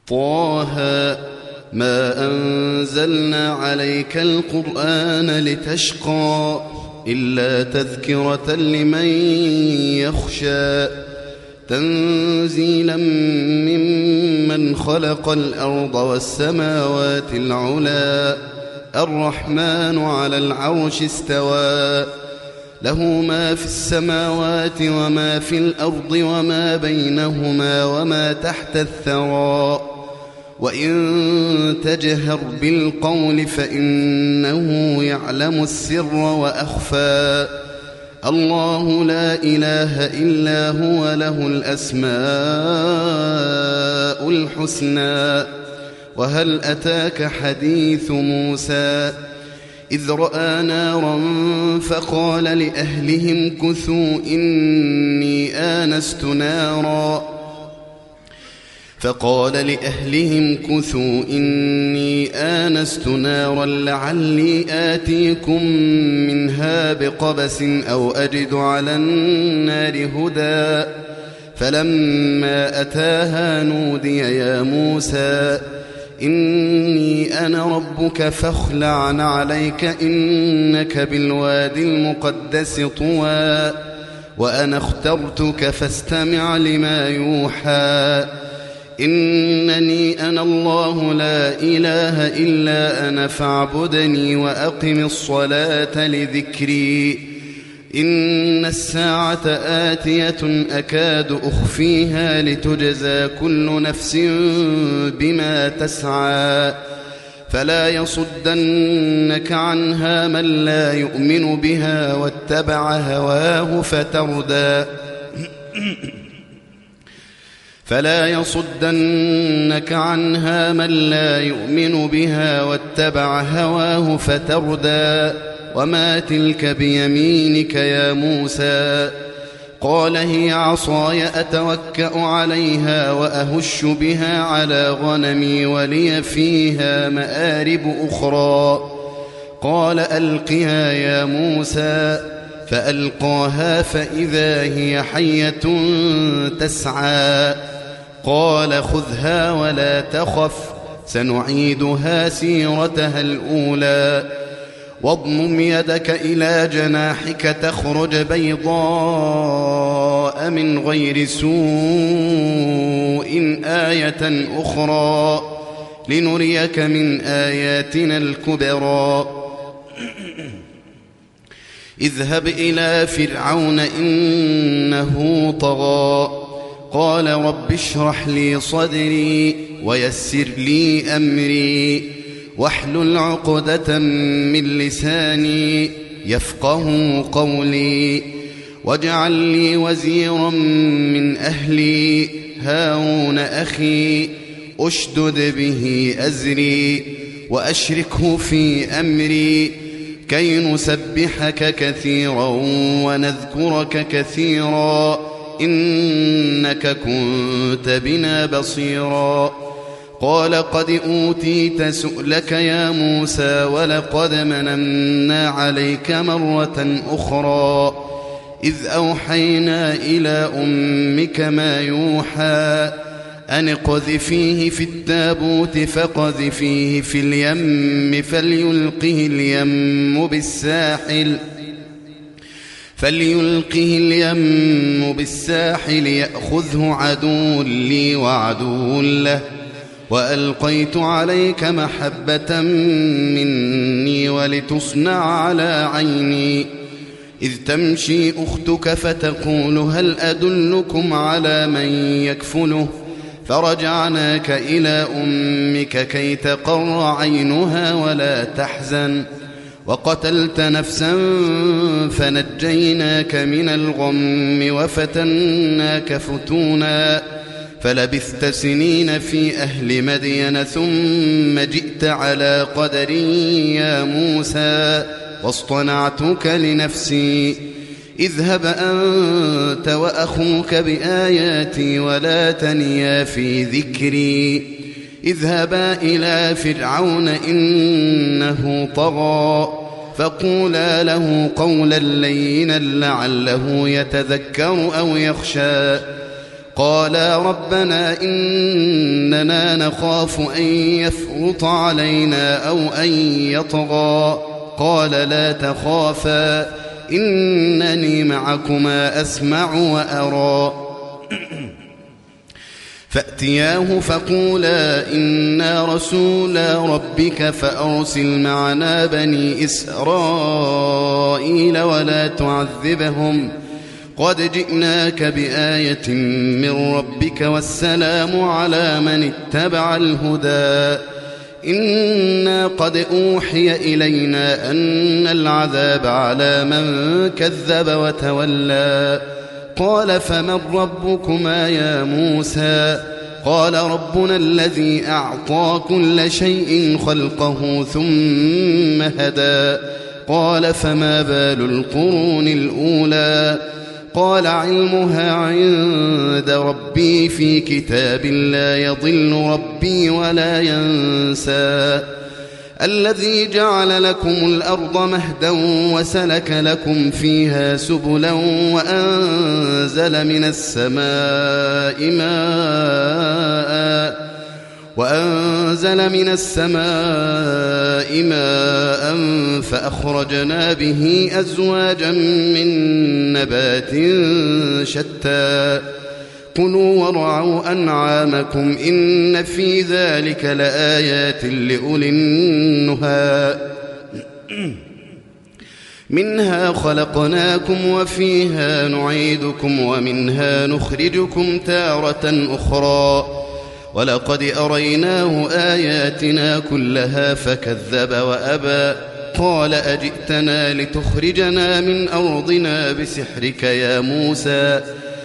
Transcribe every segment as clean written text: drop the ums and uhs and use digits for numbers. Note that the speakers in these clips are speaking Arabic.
طه ما أنزلنا عليك القرآن لتشقى إلا تذكرة لمن يخشى تنزيلا ممن خلق الأرض والسماوات العلى الرحمن على العرش استوى له ما في السماوات وما في الأرض وما بينهما وما تحت الثرى وإن تجهر بالقول فإنه يعلم السر وأخفى الله لا إله إلا هو له الأسماء الحسنى وهل أتاك حديث موسى إذ رأى نارا فقال لأهلهم كثوا إني آنست نارا لعلي آتيكم منها بقبس أو أجد على النار هدى فلما أتاها نودي يا موسى إني أنا ربك فاخلع عليك إنك بالوادي المقدس طوى وأنا اخترتك فاستمع لما يوحى إنني أنا الله لا إله إلا أنا فاعبدني وأقم الصلاة لذكري إن الساعة آتية أكاد أخفيها لتجزى كل نفس بما تسعى فلا يصدنك عنها من لا يؤمن بها واتبع هواه فتردى وما تلك بيمينك يا موسى قال هي عصاي أتوكأ عليها وأهش بها على غنمي ولي فيها مآرب أخرى قال ألقها يا موسى فألقاها فإذا هي حية تسعى قال خذها ولا تخف سنعيدها سيرتها الأولى واضمم يدك إلى جناحك تخرج بيضاء من غير سوء آية أخرى لنريك من آياتنا الكبرى اذهب إلى فرعون إنه طغى قال رب اشرح لي صدري ويسر لي أمري واحلل عقدة من لساني يفقه قولي واجعل لي وزيرا من أهلي هارون أخي أشدد به أزري وأشركه في أمري كي نسبحك كثيرا ونذكرك كثيرا إنك كنت بنا بصيرا قال قد أوتيت سؤلك يا موسى ولقد مننا عليك مرة أخرى إذ أوحينا إلى أمك ما يوحى أن اقذفيه في التابوت فقذفيه في اليم فليلقه اليم بالساحل يأخذه عدو لي وعدو له وألقيت عليك محبة مني ولتصنع على عيني إذ تمشي أختك فتقول هل أدلكم على من يكفله فرجعناك إلى أمك كي تقر عينها ولا تحزن وقتلت نفسا فنجيناك من الغم وفتناك فتونا فلبثت سنين في أهل مدين ثم جئت على قدر يا موسى واصطنعتك لنفسي اذهب أنت وأخوك بآياتي ولا تنيا في ذكري اذهبا إلى فرعون إنه طغى فقولا له قولا لينا لعله يتذكر أو يخشى قالا ربنا إننا نخاف أن يفرط علينا أو أن يطغى قال لا تخافا إنني معكما أسمع وأرى فأتياه فقولا إنا رسولا ربك فأرسل معنا بني إسرائيل ولا تعذبهم قد جئناك بآية من ربك والسلام على من اتبع الهدى إنا قد أوحي إلينا أن العذاب على من كذب وتولى قال فمن ربكما يا موسى قال ربنا الذي أعطى كل شيء خلقه ثم هدى قال فما بال القرون الأولى قال علمها عند ربي في كتاب لا يضل ربي ولا ينسى الذي جعل لكم الأرض مهدا وسلك لكم فيها سبلا وأنزل من السماء ماء فأخرجنا به أزواجا من نبات شتى كلوا وارعوا أنعامكم إن في ذلك لآيات لأولي النهى منها خلقناكم وفيها نعيدكم ومنها نخرجكم تارة أخرى ولقد أريناه آياتنا كلها فكذب وأبى قال أجئتنا لتخرجنا من أرضنا بسحرك يا موسى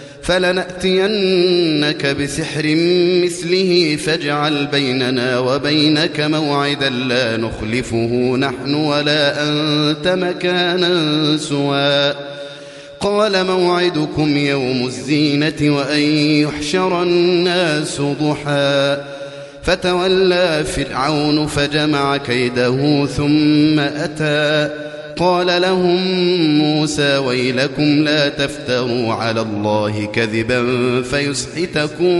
فلنأتينك بسحر مثله فاجعل بيننا وبينك موعدا لا نخلفه نحن ولا أنت مكانا سوى قال موعدكم يوم الزينة وأن يحشر الناس ضحى فتولى فرعون فجمع كيده ثم أتى قال لهم موسى ويلكم لا تفتروا على الله كذبا فيسحتكم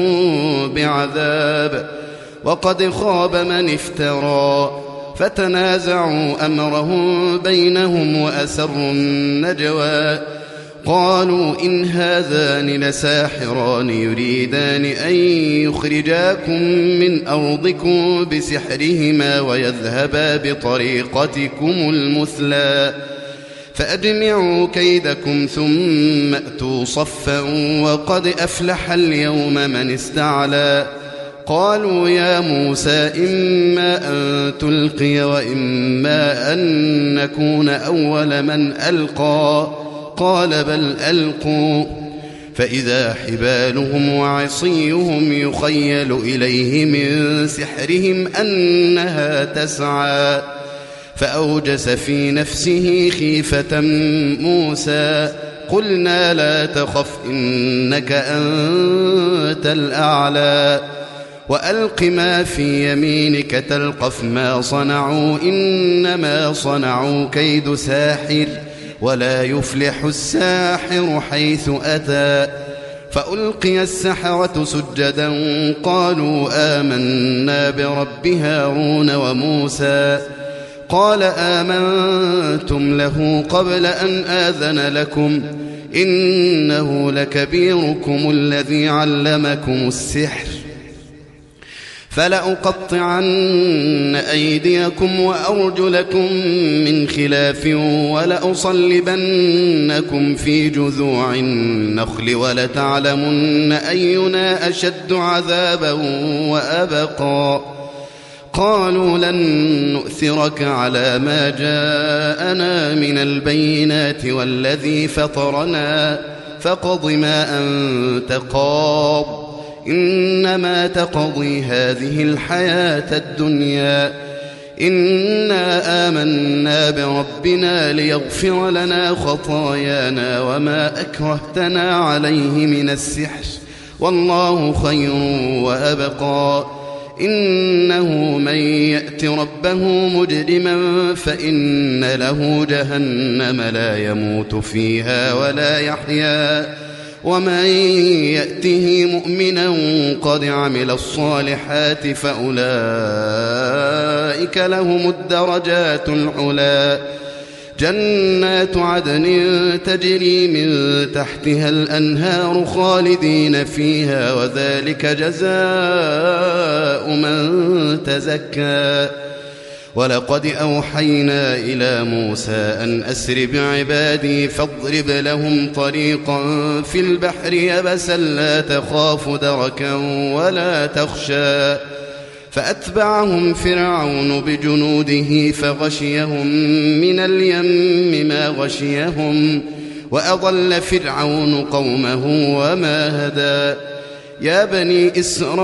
بعذاب وقد خاب من افترى فتنازعوا أمرهم بينهم وأسروا النجوى قالوا إن هذان لساحران يريدان أن يخرجاكم من أرضكم بسحرهما ويذهبا بطريقتكم المثلى فأجمعوا كيدكم ثم أتوا صفا وقد أفلح اليوم من استعلى قالوا يا موسى إما أن تلقي وإما أن نكون أول من ألقى قال بل ألقوا فإذا حبالهم وعصيهم يخيل إليه من سحرهم أنها تسعى فأوجس في نفسه خيفة موسى قلنا لا تخف إنك أنت الأعلى وألق ما في يمينك تلقف ما صنعوا إنما صنعوا كيد ساحر ولا يفلح الساحر حيث أتى فألقي السحرة سجدا قالوا آمنا برب هارون وموسى قال آمنتم له قبل أن آذن لكم إنه لكبيركم الذي علمكم السحر فلأقطعن أيديكم وأرجلكم من خلاف ولأصلبنكم في جذوع النخل ولتعلمن أينا أشد عذابا وأبقى قالوا لن نؤثرك على ما جاءنا من البينات والذي فطرنا فاقض ما أنت قاض إنما تقضي هذه الحياة الدنيا إنا آمنا بربنا ليغفر لنا خطايانا وما أكرهتنا عليه من السحر والله خير وأبقى إنه من يأت ربه مجرما فإن له جهنم لا يموت فيها ولا يحيا ومن يأته مؤمنا قد عمل الصالحات فأولئك لهم الدرجات العلى جنات عدن تجري من تحتها الأنهار خالدين فيها وذلك جزاء من تزكى ولقد أوحينا إلى موسى أن أسر بعبادي فاضرب لهم طريقا في البحر يبسا لا تخاف دركا ولا تخشى فأتبعهم فرعون بجنوده فغشيهم من اليم ما غشيهم وأضل فرعون قومه وما هدى يا بني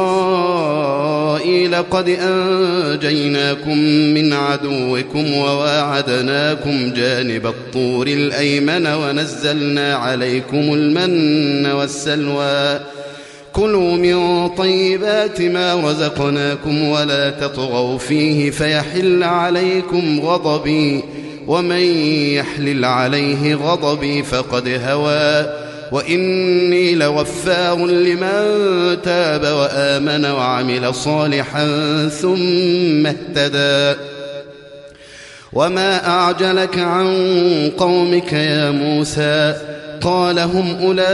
إسرائيل قد أنجيناكم من عدوكم وواعدناكم جانب الطور الأيمن ونزلنا عليكم المن والسلوى كلوا من طيبات ما رزقناكم ولا تطغوا فيه فيحل عليكم غضبي ومن يحلل عليه غضبي فقد هوى وإني لغفار لمن تاب وآمن وعمل صالحا ثم اهتدى وما أعجلك عن قومك يا موسى قال هم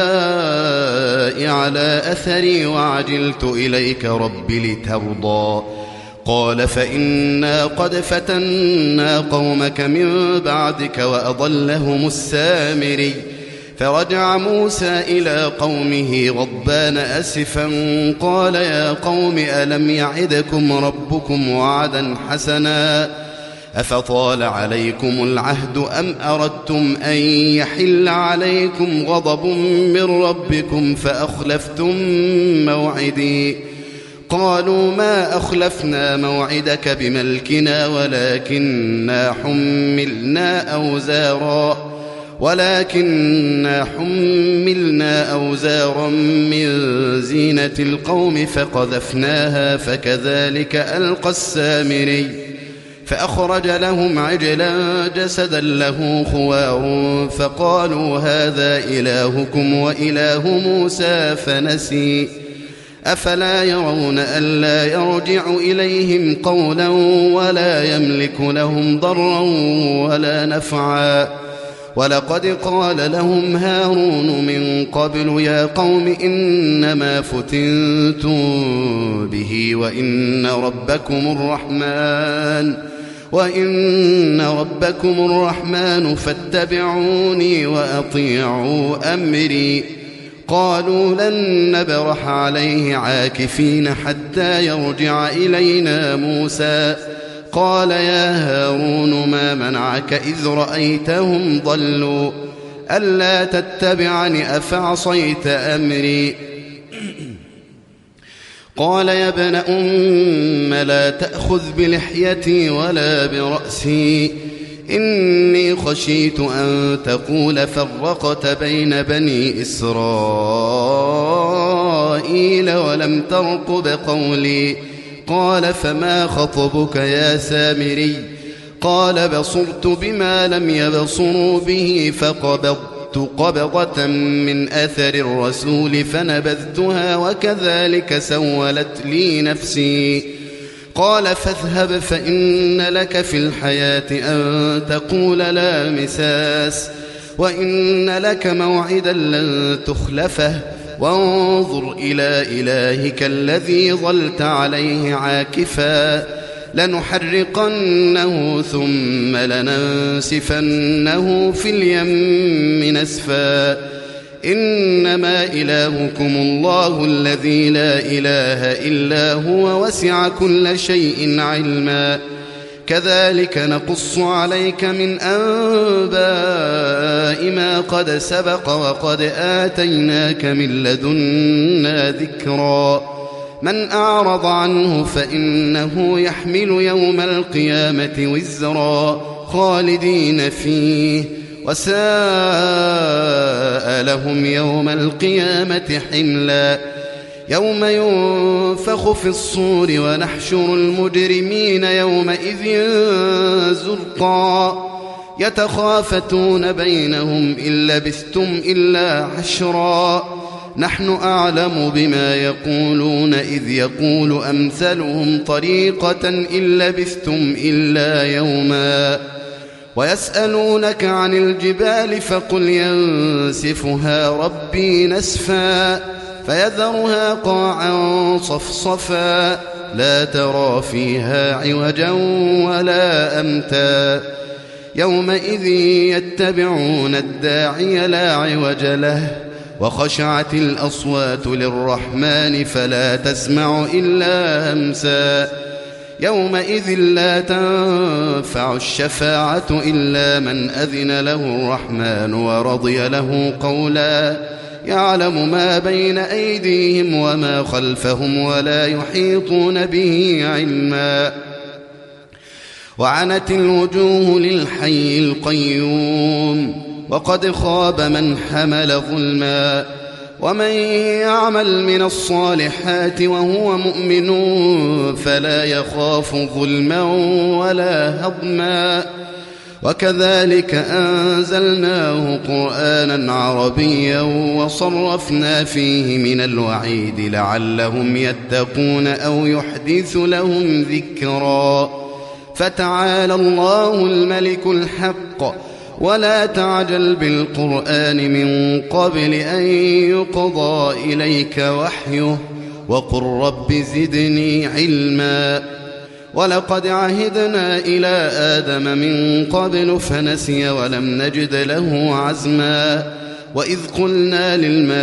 أولئك على أثري وعجلت إليك رب لترضى قال فإنا قد فتنا قومك من بعدك وأضلهم السامري فرجع موسى إلى قومه غضبان أسفا قال يا قوم ألم يعدكم ربكم وعدا حسنا أفطال عليكم العهد أم أردتم أن يحل عليكم غضب من ربكم فأخلفتم موعدي قالوا ما أخلفنا موعدك بملكنا ولكننا حملنا أوزارا من زينة القوم فقذفناها فكذلك ألقى السامري فأخرج لهم عجلا جسدا له خوار فقالوا هذا إلهكم وإله موسى فنسي أفلا يرون ألا يرجع إليهم قولا ولا يملك لهم ضرا ولا نفعا ولقد قال لهم هارون من قبل يا قوم إنما فتنتم به وإن ربكم الرحمن فاتبعوني وأطيعوا أمري قالوا لن نبرح عليه عاكفين حتى يرجع إلينا موسى قال يا هارون ما منعك إذ رأيتهم ضلوا ألا تتبعني أفعصيت أمري قال يا ابن أم لا تأخذ بلحيتي ولا برأسي إني خشيت أن تقول فرقت بين بني إسرائيل ولم ترقب قولي قال فما خطبك يا سامري قال بصرت بما لم يبصروا به فقبضت قبضة من أثر الرسول فنبذتها وكذلك سولت لي نفسي قال فاذهب فإن لك في الحياة أن تقول لا مساس وإن لك موعدا لن تخلفه وانظر إلى إلهك الذي ظلت عليه عاكفا لنحرقنه ثم لننسفنه في اليم نسفا إنما إلهكم الله الذي لا إله إلا هو وسع كل شيء علما كذلك نقص عليك من أنباء ما قد سبق وقد آتيناك من لدنا ذكرا من أعرض عنه فإنه يحمل يوم القيامة وزرا خالدين فيه وساء لهم يوم القيامة حملا يوم ينفخ في الصور ونحشر المجرمين يومئذ زرقا يتخافتون بينهم إن لبثتم إلا عشرا نحن أعلم بما يقولون إذ يقول أمثلهم طريقة إن لبثتم إلا يوما ويسألونك عن الجبال فقل ينسفها ربي نسفا فيذرها قاعا صفصفا لا ترى فيها عوجا ولا أمتا يومئذ يتبعون الداعي لا عوج له وخشعت الأصوات للرحمن فلا تسمع إلا همسا يومئذ لا تنفع الشفاعة إلا من أذن له الرحمن ورضي له قولا يعلم ما بين أيديهم وما خلفهم ولا يحيطون به علما وعنت الوجوه للحي القيوم وقد خاب من حمل ظلما ومن يعمل من الصالحات وهو مؤمن فلا يخاف ظلما ولا هضما وكذلك أنزلناه قرآنا عربيا وصرفنا فيه من الوعيد لعلهم يتقون أو يحدث لهم ذكرا فتعالى الله الملك الحق ولا تعجل بالقرآن من قبل أن يقضى إليك وحيه وقل رب زدني علما ولقد عهدنا إلى آدم من قبل فنسي ولم نجد له عزما وإذ قلنا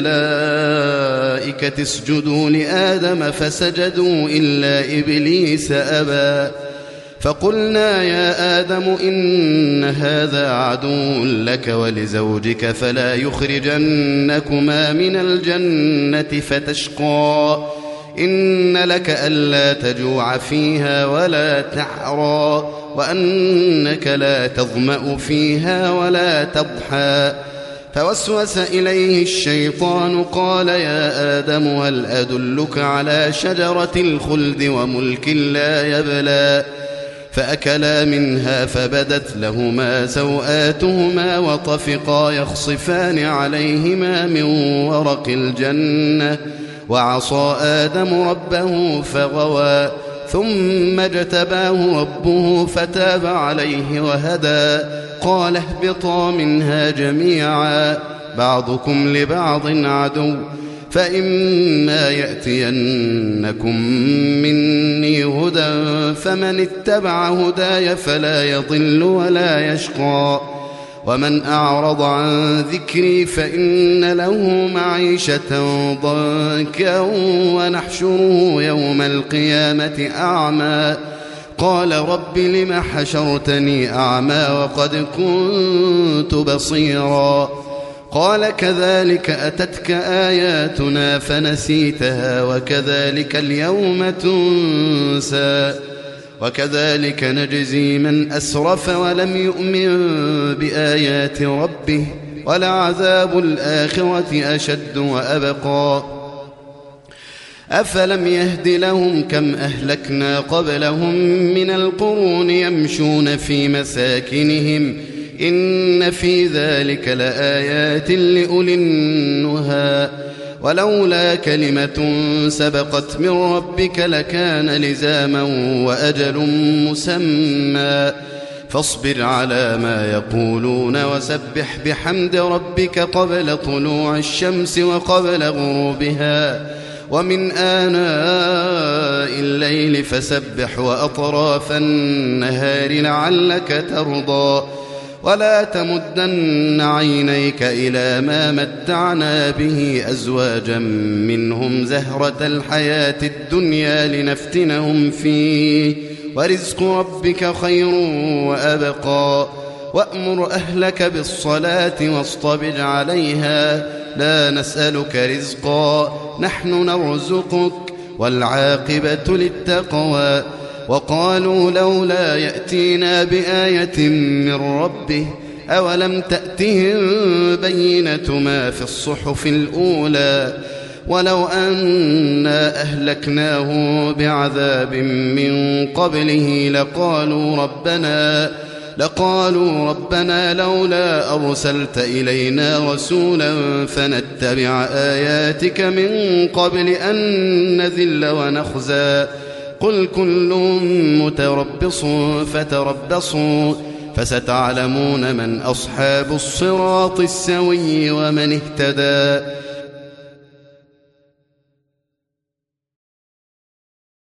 للملائكة اسجدوا لآدم فسجدوا إلا إبليس أبى فقلنا يا آدم إن هذا عدو لك ولزوجك فلا يخرجنكما من الجنة فتشقى إن لك ألا تجوع فيها ولا تعرى وأنك لا تظمأ فيها ولا تضحى فوسوس إليه الشيطان قال يا آدم هل أدلك على شجرة الخلد وملك لا يبلى فأكلا منها فبدت لهما سوآتهما وطفقا يخصفان عليهما من ورق الجنة وعصى آدم ربه فغوى ثم اجتباه ربه فتاب عليه وهدى قال اهبطا منها جميعا بعضكم لبعض عدو فإما يأتينكم مني هدى فمن اتبع هداي فلا يضل ولا يشقى ومن أعرض عن ذكري فإن له معيشة ضنكا ونحشره يوم القيامة أعمى قال رب لم حشرتني أعمى وقد كنت بصيرا قال كذلك أتتك آياتنا فنسيتها وكذلك اليوم تنسى وكذلك نجزي من أسرف ولم يؤمن بآيات ربه ولعذاب الآخرة أشد وأبقى أفلم يهد لهم كم أهلكنا قبلهم من القرون يمشون في مساكنهم إن في ذلك لآيات لأولي النهى ولولا كلمة سبقت من ربك لكان لزاما وأجل مسمى فاصبر على ما يقولون وسبح بحمد ربك قبل طلوع الشمس وقبل غروبها ومن آناء الليل فسبح وأطراف النهار لعلك ترضى ولا تمدن عينيك إلى ما متعنا به أزواجا منهم زهرة الحياة الدنيا لنفتنهم فيه ورزق ربك خير وأبقى وأمر أهلك بالصلاة واصطبر عليها لا نسألك رزقا نحن نرزقك والعاقبة للتقوى وقالوا لولا يأتينا بآية من ربه أولم تأتهم بينة ما في الصحف الأولى ولو أنا أهلكناه بعذاب من قبله لقالوا ربنا لولا أرسلت إلينا رسولا فنتبع آياتك من قبل أن نذل ونخزى قل كل متربص فتربصوا فستعلمون من أصحاب الصراط السوي ومن اهتدى